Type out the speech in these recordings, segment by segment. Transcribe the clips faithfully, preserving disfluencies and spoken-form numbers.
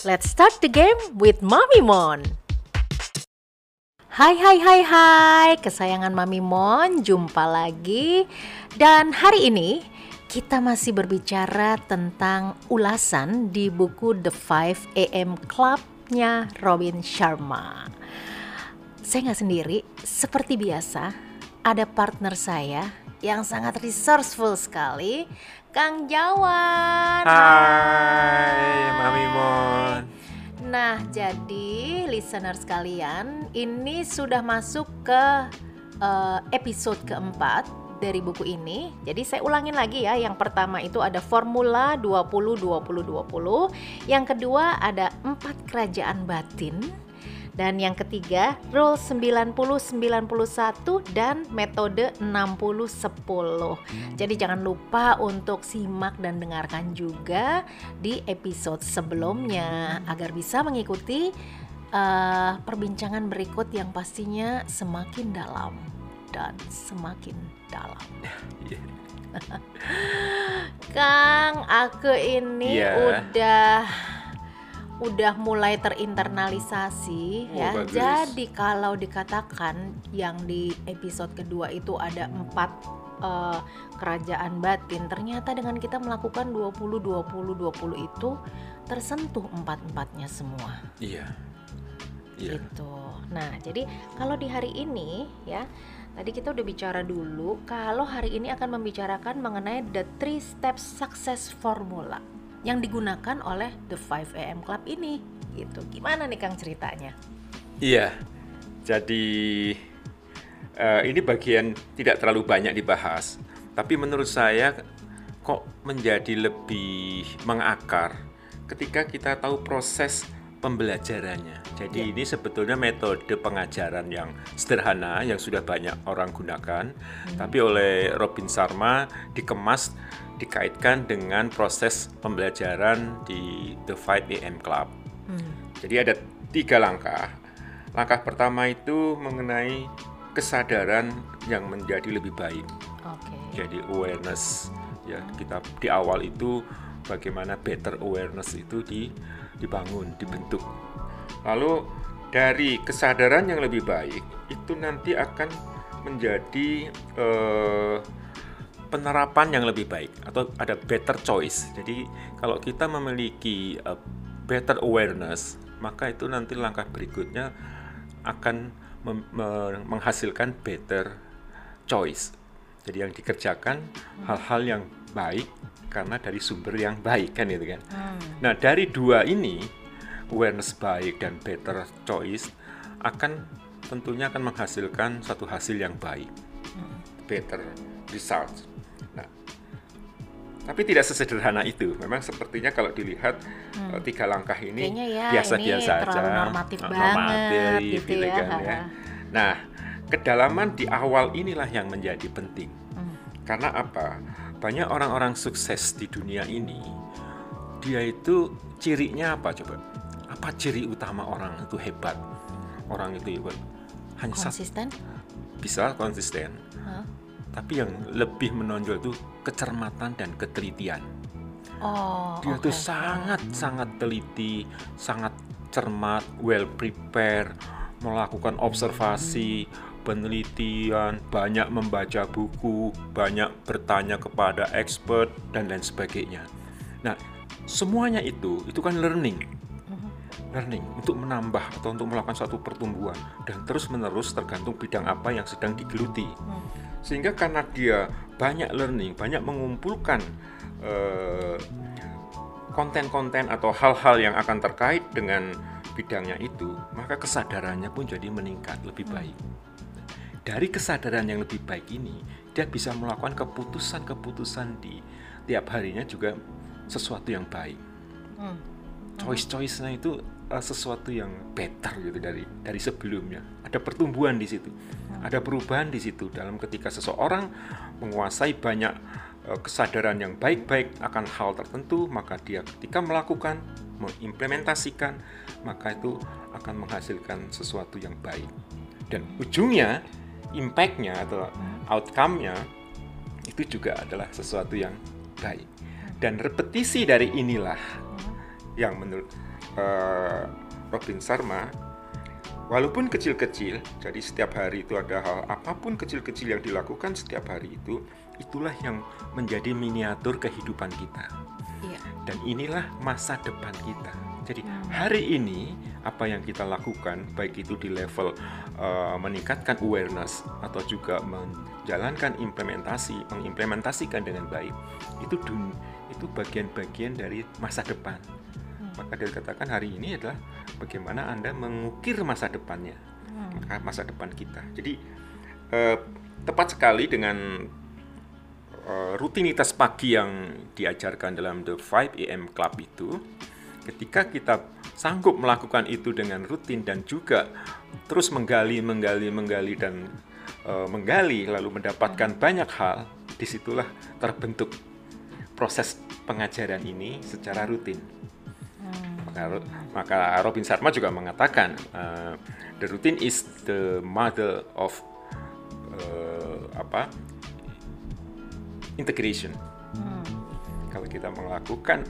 Let's start the game with Mami Mon. Hai hai hai hai, kesayangan Mami Mon, jumpa lagi. Dan hari ini kita masih berbicara tentang ulasan di buku The five A M Club-nya Robin Sharma. Saya nggak sendiri, seperti biasa ada partner saya yang sangat resourceful sekali, Kang Jawan. Hai, Mami Mon. Nah, jadi listener sekalian, ini sudah masuk ke uh, episode keempat dari buku ini. Jadi saya ulangin lagi ya. Yang pertama itu ada formula dua puluh dua puluh dua puluh. Yang kedua ada empat kerajaan batin. Dan yang ketiga, rule sembilan puluh sembilan puluh satu dan metode enam puluh sepuluh. Jadi jangan lupa untuk simak dan dengarkan juga di episode sebelumnya agar bisa mengikuti uh, perbincangan berikut yang pastinya semakin dalam dan semakin dalam. Kang, aku ini yeah. udah udah mulai terinternalisasi oh, ya. Bagus. Jadi kalau dikatakan yang di episode kedua itu ada empat uh, kerajaan batin, ternyata dengan kita melakukan dua puluh dua puluh dua puluh itu tersentuh empat-empatnya semua. Iya. Iya. Gitu. Nah, jadi kalau di hari ini ya, tadi kita udah bicara dulu kalau hari ini akan membicarakan mengenai the three steps success formula yang digunakan oleh The five A M Club ini, gitu. Gimana nih Kang ceritanya? Iya, jadi uh, ini bagian tidak terlalu banyak dibahas, tapi menurut saya kok menjadi lebih mengakar ketika kita tahu proses pembelajarannya. Jadi ya. Ini sebetulnya metode pengajaran yang sederhana yang sudah banyak orang gunakan, hmm. tapi oleh Robin Sharma dikemas dikaitkan dengan proses pembelajaran di The five A M Club. Hmm. Jadi ada tiga langkah. Langkah pertama itu mengenai kesadaran yang menjadi lebih baik. Okay. Jadi awareness. Ya, kita di awal itu bagaimana better awareness itu di, dibangun, dibentuk. Lalu dari kesadaran yang lebih baik itu nanti akan menjadi eh, penerapan yang lebih baik atau ada better choice. Jadi kalau kita memiliki uh, better awareness, maka itu nanti langkah berikutnya akan mem- me- menghasilkan better choice. Jadi yang dikerjakan hmm. hal-hal yang baik karena dari sumber yang baik kan itu kan. Hmm. Nah, dari dua ini, awareness baik dan better choice akan tentunya akan menghasilkan satu hasil yang baik. Hmm. Better results. Nah, tapi tidak sesederhana itu. Memang sepertinya kalau dilihat hmm. tiga langkah ini ya, biasa-biasa ini aja, normatif normatif banget, gitu, gitu ya. kan ya. Nah, kedalaman di awal inilah yang menjadi penting. Hmm. Karena apa? Banyak orang-orang sukses di dunia ini, dia itu cirinya apa coba? Apa ciri utama orang itu hebat? Orang itu hebat. Hanya konsisten? Satu, bisa konsisten. Huh? Tapi yang lebih menonjol itu kecermatan dan ketelitian. Oh, dia okay. tuh sangat-sangat teliti, sangat cermat, well prepared, melakukan observasi, penelitian, banyak membaca buku, banyak bertanya kepada expert dan lain sebagainya. Nah, semuanya itu itu kan learning. Learning untuk menambah atau untuk melakukan suatu pertumbuhan dan terus-menerus tergantung bidang apa yang sedang digeluti. Hmm. Sehingga karena dia banyak learning, banyak mengumpulkan uh, konten-konten atau hal-hal yang akan terkait dengan bidangnya itu, maka kesadarannya pun jadi meningkat lebih baik. Dari kesadaran yang lebih baik ini, dia bisa melakukan keputusan-keputusan di tiap harinya juga sesuatu yang baik. Hmm. Choice-choice-nya itu uh, sesuatu yang better gitu dari dari sebelumnya. Ada pertumbuhan di situ, hmm. ada perubahan di situ. Dalam ketika seseorang menguasai banyak uh, kesadaran yang baik-baik akan hal tertentu, maka dia ketika melakukan, mengimplementasikan, maka itu akan menghasilkan sesuatu yang baik. Dan ujungnya, impact-nya atau outcome-nya itu juga adalah sesuatu yang baik. Dan repetisi dari inilah yang menurut uh, Robin Sharma, walaupun kecil-kecil, jadi setiap hari itu ada hal apapun kecil-kecil yang dilakukan setiap hari itu, itulah yang menjadi miniatur kehidupan kita. Iya. Dan inilah masa depan kita. Jadi hari ini apa yang kita lakukan, baik itu di level uh, meningkatkan awareness atau juga menjalankan implementasi, mengimplementasikan dengan baik, itu dun, itu bagian-bagian dari masa depan. Maka dikatakan hari ini adalah bagaimana Anda mengukir masa depannya, maka masa depan kita. Jadi uh, tepat sekali dengan uh, rutinitas pagi yang diajarkan dalam The five A M Club itu. Ketika kita sanggup melakukan itu dengan rutin dan juga terus menggali, menggali, menggali dan e, menggali lalu mendapatkan banyak hal, disitulah terbentuk proses pengajaran ini secara rutin. Maka, maka Robin Sharma juga mengatakan uh, the routine is the mother of uh, apa integration. Hmm. Kalau kita melakukan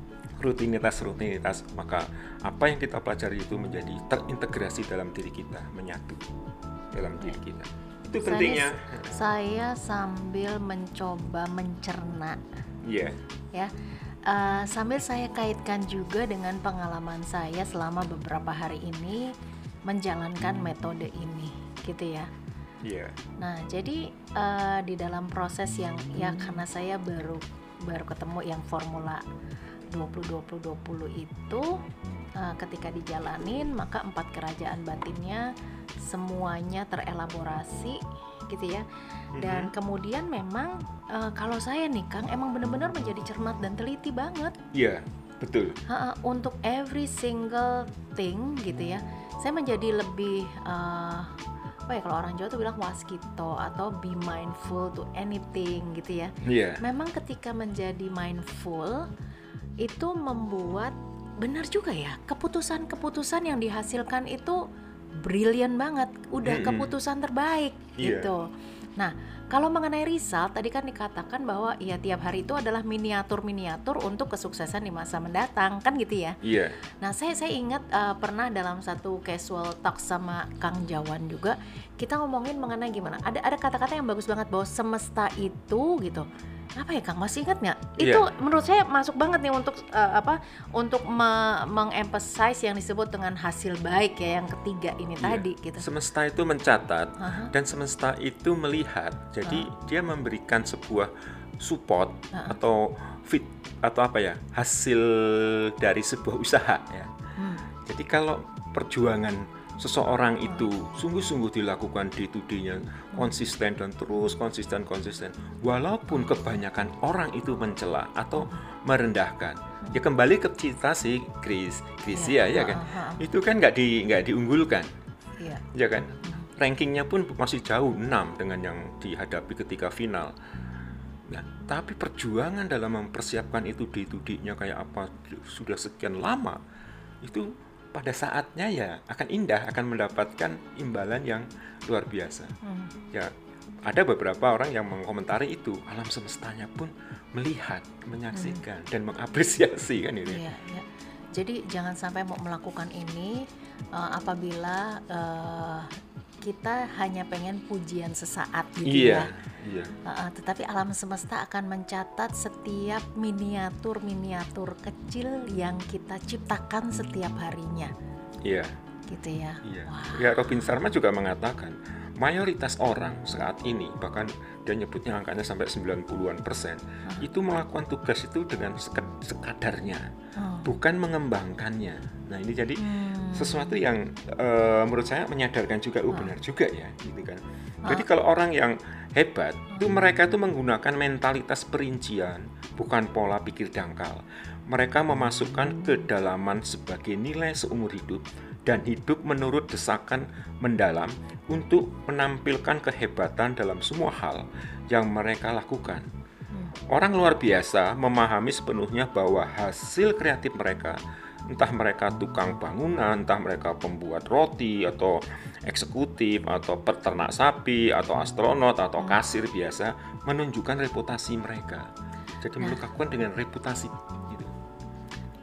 rutinitas-rutinitas, maka apa yang kita pelajari itu menjadi terintegrasi dalam diri kita, menyatu dalam diri kita. Itu saya, pentingnya. Saya sambil mencoba mencerna, yeah. ya, uh, sambil saya kaitkan juga dengan pengalaman saya selama beberapa hari ini menjalankan metode ini, gitu ya. Yeah. Nah, jadi uh, di dalam proses yang ya karena saya baru baru ketemu yang formula dua puluh dua puluh dua puluh itu uh, ketika dijalanin maka empat kerajaan batinnya semuanya terelaborasi gitu ya. Dan mm-hmm. kemudian memang uh, kalau saya nih Kang emang benar-benar menjadi cermat dan teliti banget. Iya, yeah, betul. Uh, untuk every single thing gitu ya. Saya menjadi lebih uh, apa ya kalau orang Jawa tuh bilang waskito atau be mindful to anything gitu ya. Iya. Yeah. Memang ketika menjadi mindful itu membuat benar juga ya, keputusan-keputusan yang dihasilkan itu brilian banget, udah mm-hmm. keputusan terbaik yeah. gitu. Nah, kalau mengenai result tadi kan dikatakan bahwa ya tiap hari itu adalah miniatur-miniatur untuk kesuksesan di masa mendatang kan gitu ya. Iya. Yeah. Nah, saya saya ingat uh, pernah dalam satu casual talk sama Kang Jawan juga kita ngomongin mengenai gimana. Ada ada kata-kata yang bagus banget bahwa semesta itu gitu. Apa ya Kang, masih ingat nggak? Itu yeah. menurut saya masuk banget nih untuk uh, apa? Untuk me- mengemphasize yang disebut dengan hasil baik ya yang ketiga ini yeah. tadi gitu. Semesta itu mencatat uh-huh. dan semesta itu melihat. Jadi uh-huh. dia memberikan sebuah support uh-huh. atau fit atau apa ya? Hasil dari sebuah usaha ya. Hmm. Jadi kalau perjuangan seseorang itu sungguh-sungguh dilakukan day to day-nya konsisten dan terus konsisten konsisten walaupun kebanyakan orang itu mencela atau merendahkan ya kembali ke cita si Chris Chris ya, ya kan itu kan nggak di nggak diunggulkan ya, ya kan rankingnya pun masih jauh enam dengan yang dihadapi ketika final. Nah, tapi perjuangan dalam mempersiapkan itu day to day-nya kayak apa sudah sekian lama itu pada saatnya ya akan indah, akan mendapatkan imbalan yang luar biasa. Hmm. Ya, ada beberapa orang yang mengomentari itu, alam semestanya pun melihat, menyaksikan hmm. dan mengapresiasi kan ini. Iya, iya. Jadi jangan sampai mau melakukan ini uh, apabila uh, kita hanya pengen pujian sesaat gitu iya, ya. Iya. Uh, tetapi alam semesta akan mencatat setiap miniatur-miniatur kecil yang kita ciptakan setiap harinya. Iya. Gitu ya. Iya. Wow. Ya, Robin Sharma juga mengatakan mayoritas orang saat ini bahkan dia nyebutnya angkanya sampai sembilan puluhan persen uh. itu melakukan tugas itu dengan sekadarnya, uh. bukan mengembangkannya. Nah, ini jadi hmm. sesuatu yang uh, menurut saya menyadarkan juga, oh uh. benar juga ya, gitu kan. Uh. Jadi kalau orang yang hebat uh. itu mereka itu menggunakan mentalitas perincian, bukan pola pikir dangkal. Mereka memasukkan kedalaman sebagai nilai seumur hidup dan hidup menurut desakan mendalam untuk menampilkan kehebatan dalam semua hal yang mereka lakukan. Orang luar biasa memahami sepenuhnya bahwa hasil kreatif mereka, entah mereka tukang bangunan, entah mereka pembuat roti, atau eksekutif, atau peternak sapi, atau astronot, atau kasir biasa, menunjukkan reputasi mereka. Jadi nah, melakukan dengan reputasi.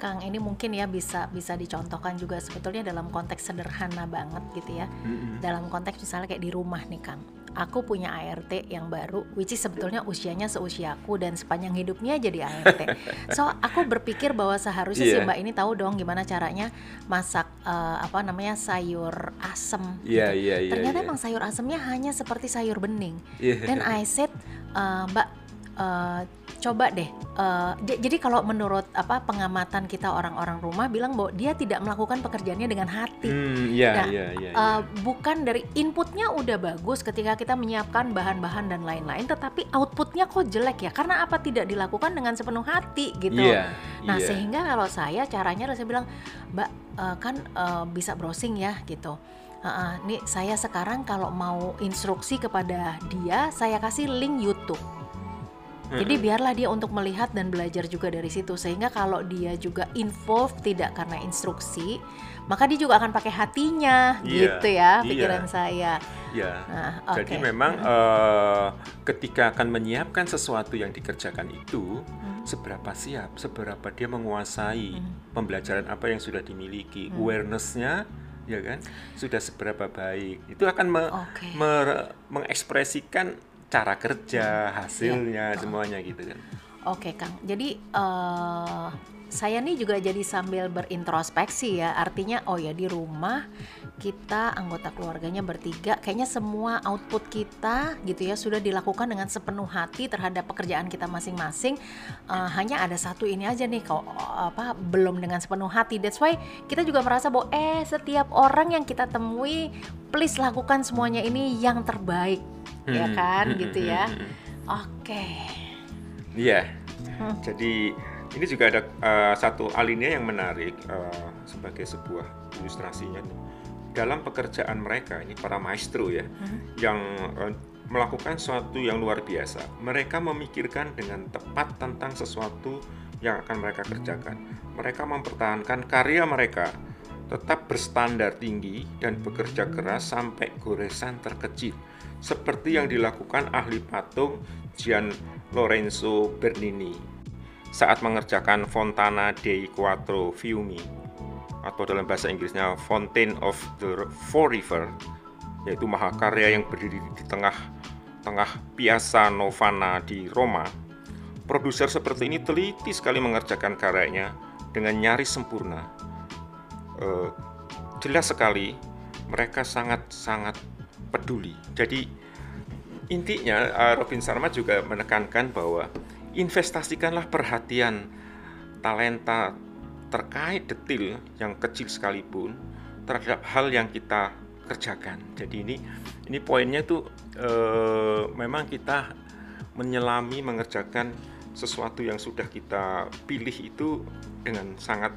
Kang, ini mungkin ya bisa bisa dicontohkan juga sebetulnya dalam konteks sederhana banget gitu ya. Mm-mm. Dalam konteks misalnya kayak di rumah nih Kang, aku punya A R T yang baru, which is sebetulnya usianya seusiaku dan sepanjang hidupnya jadi A R T. So aku berpikir bahwa seharusnya si Iya. Mbak ini tahu dong gimana caranya masak eh, apa namanya sayur asem Iya, gitu. iya, iya, Ternyata iya. emang sayur asemnya hanya seperti sayur bening. Iya. Dan I said, "Eh, Mbak, eh, coba deh. eh, j- jadi kalau menurut apa pengamatan kita orang-orang rumah bilang bahwa dia tidak melakukan pekerjaannya dengan hati. Hmm, iya, Nah, iya, iya, eh, iya. bukan dari inputnya udah bagus ketika kita menyiapkan bahan-bahan dan lain-lain, tetapi outputnya kok jelek ya? Karena apa tidak dilakukan dengan sepenuh hati gitu. Iya, Nah iya. sehingga kalau saya caranya saya bilang, Mbak eh, kan eh, bisa browsing ya gitu. Heeh, nih saya sekarang kalau mau instruksi kepada dia, saya kasih link YouTube. Jadi Mm-mm. biarlah dia untuk melihat dan belajar juga dari situ, sehingga kalau dia juga involve tidak karena instruksi, maka dia juga akan pakai hatinya, Iya, gitu ya iya. pikiran saya. Ya, Nah, jadi oke. memang eh, ketika akan menyiapkan sesuatu yang dikerjakan itu, Hmm. seberapa siap, seberapa dia menguasai Hmm. pembelajaran apa yang sudah dimiliki, Hmm. awareness-nya, ya kan, sudah seberapa baik. Itu akan me- Oke. mer- mengekspresikan cara kerja, hasilnya, Iya. semuanya gitu kan. Oke Kang, jadi eh, saya nih juga jadi sambil berintrospeksi ya, artinya oh ya di rumah kita anggota keluarganya bertiga, kayaknya semua output kita gitu ya sudah dilakukan dengan sepenuh hati terhadap pekerjaan kita masing-masing. Eh, hanya ada satu ini aja nih kalau apa belum dengan sepenuh hati. That's why kita juga merasa bahwa eh setiap orang yang kita temui, please lakukan semuanya ini yang terbaik, ya Hmm, kan hmm, gitu hmm, ya. hmm, hmm. Oke. Iya. Hmm. Jadi ini juga ada eh, satu alinea yang menarik eh, sebagai sebuah ilustrasinya dalam pekerjaan mereka ini para maestro ya, Hmm. yang eh, melakukan sesuatu yang luar biasa. Mereka memikirkan dengan tepat tentang sesuatu yang akan mereka kerjakan. Mereka mempertahankan karya mereka tetap berstandar tinggi dan bekerja keras sampai goresan terkecil, seperti yang dilakukan ahli patung Gian Lorenzo Bernini saat mengerjakan Fontana dei Quattro Fiumi, atau dalam bahasa Inggrisnya Fountain of the Four River, yaitu mahakarya yang berdiri di tengah-tengah Piazza Novana di Roma. Produser seperti ini teliti sekali mengerjakan karyanya dengan nyaris sempurna. Eh, jelas sekali mereka sangat-sangat peduli. Jadi intinya eh, Robin Sharma juga menekankan bahwa investasikanlah perhatian, talenta terkait detail yang kecil sekalipun terhadap hal yang kita kerjakan. Jadi ini ini poinnya tuh eh, memang kita menyelami mengerjakan sesuatu yang sudah kita pilih itu dengan sangat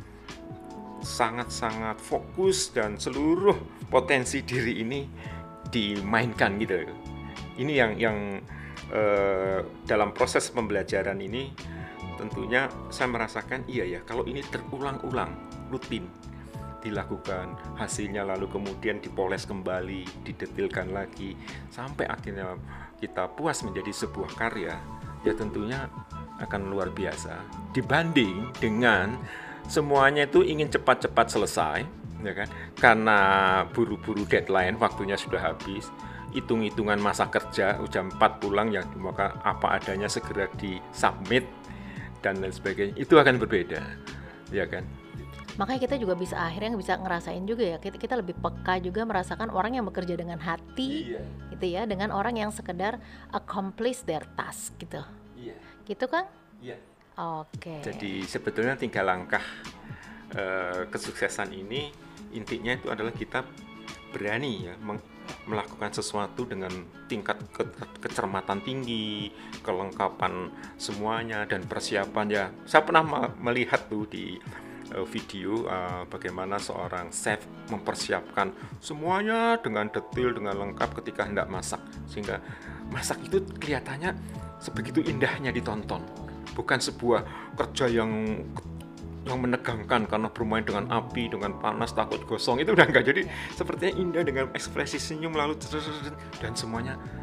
sangat-sangat fokus dan seluruh potensi diri ini dimainkan gitu. Ini yang yang eh, dalam proses pembelajaran ini tentunya saya merasakan iya ya, kalau ini terulang-ulang rutin dilakukan, hasilnya lalu kemudian dipoles kembali, didetilkan lagi sampai akhirnya kita puas menjadi sebuah karya, ya tentunya akan luar biasa dibanding dengan semuanya itu ingin cepat-cepat selesai, ya kan? Karena buru-buru deadline, waktunya sudah habis, hitung-hitungan masa kerja, jam empat pulang, yang maka apa adanya segera di-submit dan lain sebagainya, itu akan berbeda, ya kan? Makanya kita juga bisa akhirnya bisa ngerasain juga ya, kita, kita lebih peka juga merasakan orang yang bekerja dengan hati, Iya. gitu ya, dengan orang yang sekedar accomplish their task gitu, Iya. gitu Kang? Iya. Oke. Jadi sebetulnya tinggal langkah eh, kesuksesan ini intinya itu adalah kita berani ya meng- melakukan sesuatu dengan tingkat ke- kecermatan tinggi, kelengkapan semuanya dan persiapan ya. Saya pernah ma- melihat tuh di eh, video eh, bagaimana seorang chef mempersiapkan semuanya dengan detail, dengan lengkap ketika hendak masak, sehingga masak itu kelihatannya sebegitu indahnya ditonton. Bukan sebuah kerja yang yang menegangkan karena bermain dengan api, dengan panas, takut gosong, itu udah enggak. Jadi sepertinya indah dengan ekspresi senyum lalu dan semuanya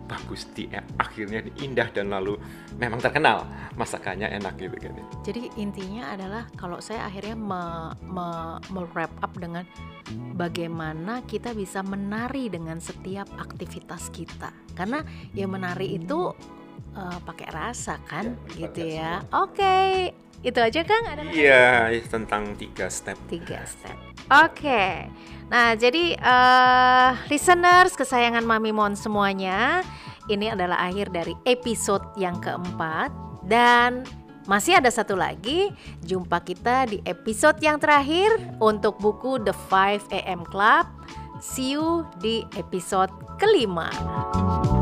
bagus di akhirnya indah dan lalu memang terkenal masakannya enak gitu kan. Jadi intinya adalah kalau saya akhirnya me, me, me wrap up dengan bagaimana kita bisa menari dengan setiap aktivitas kita. Karena ya menari itu uh, pakai rasa kan, ya, gitu ya. Oke, okay. Itu aja Kang? Ada iya, tentang tiga step. Tiga step. Oke. Okay. Nah, jadi uh, listeners kesayangan Mami Mon semuanya, ini adalah akhir dari episode yang keempat dan masih ada satu lagi. Jumpa kita di episode yang terakhir untuk buku The five A M Club. See you di episode kelima.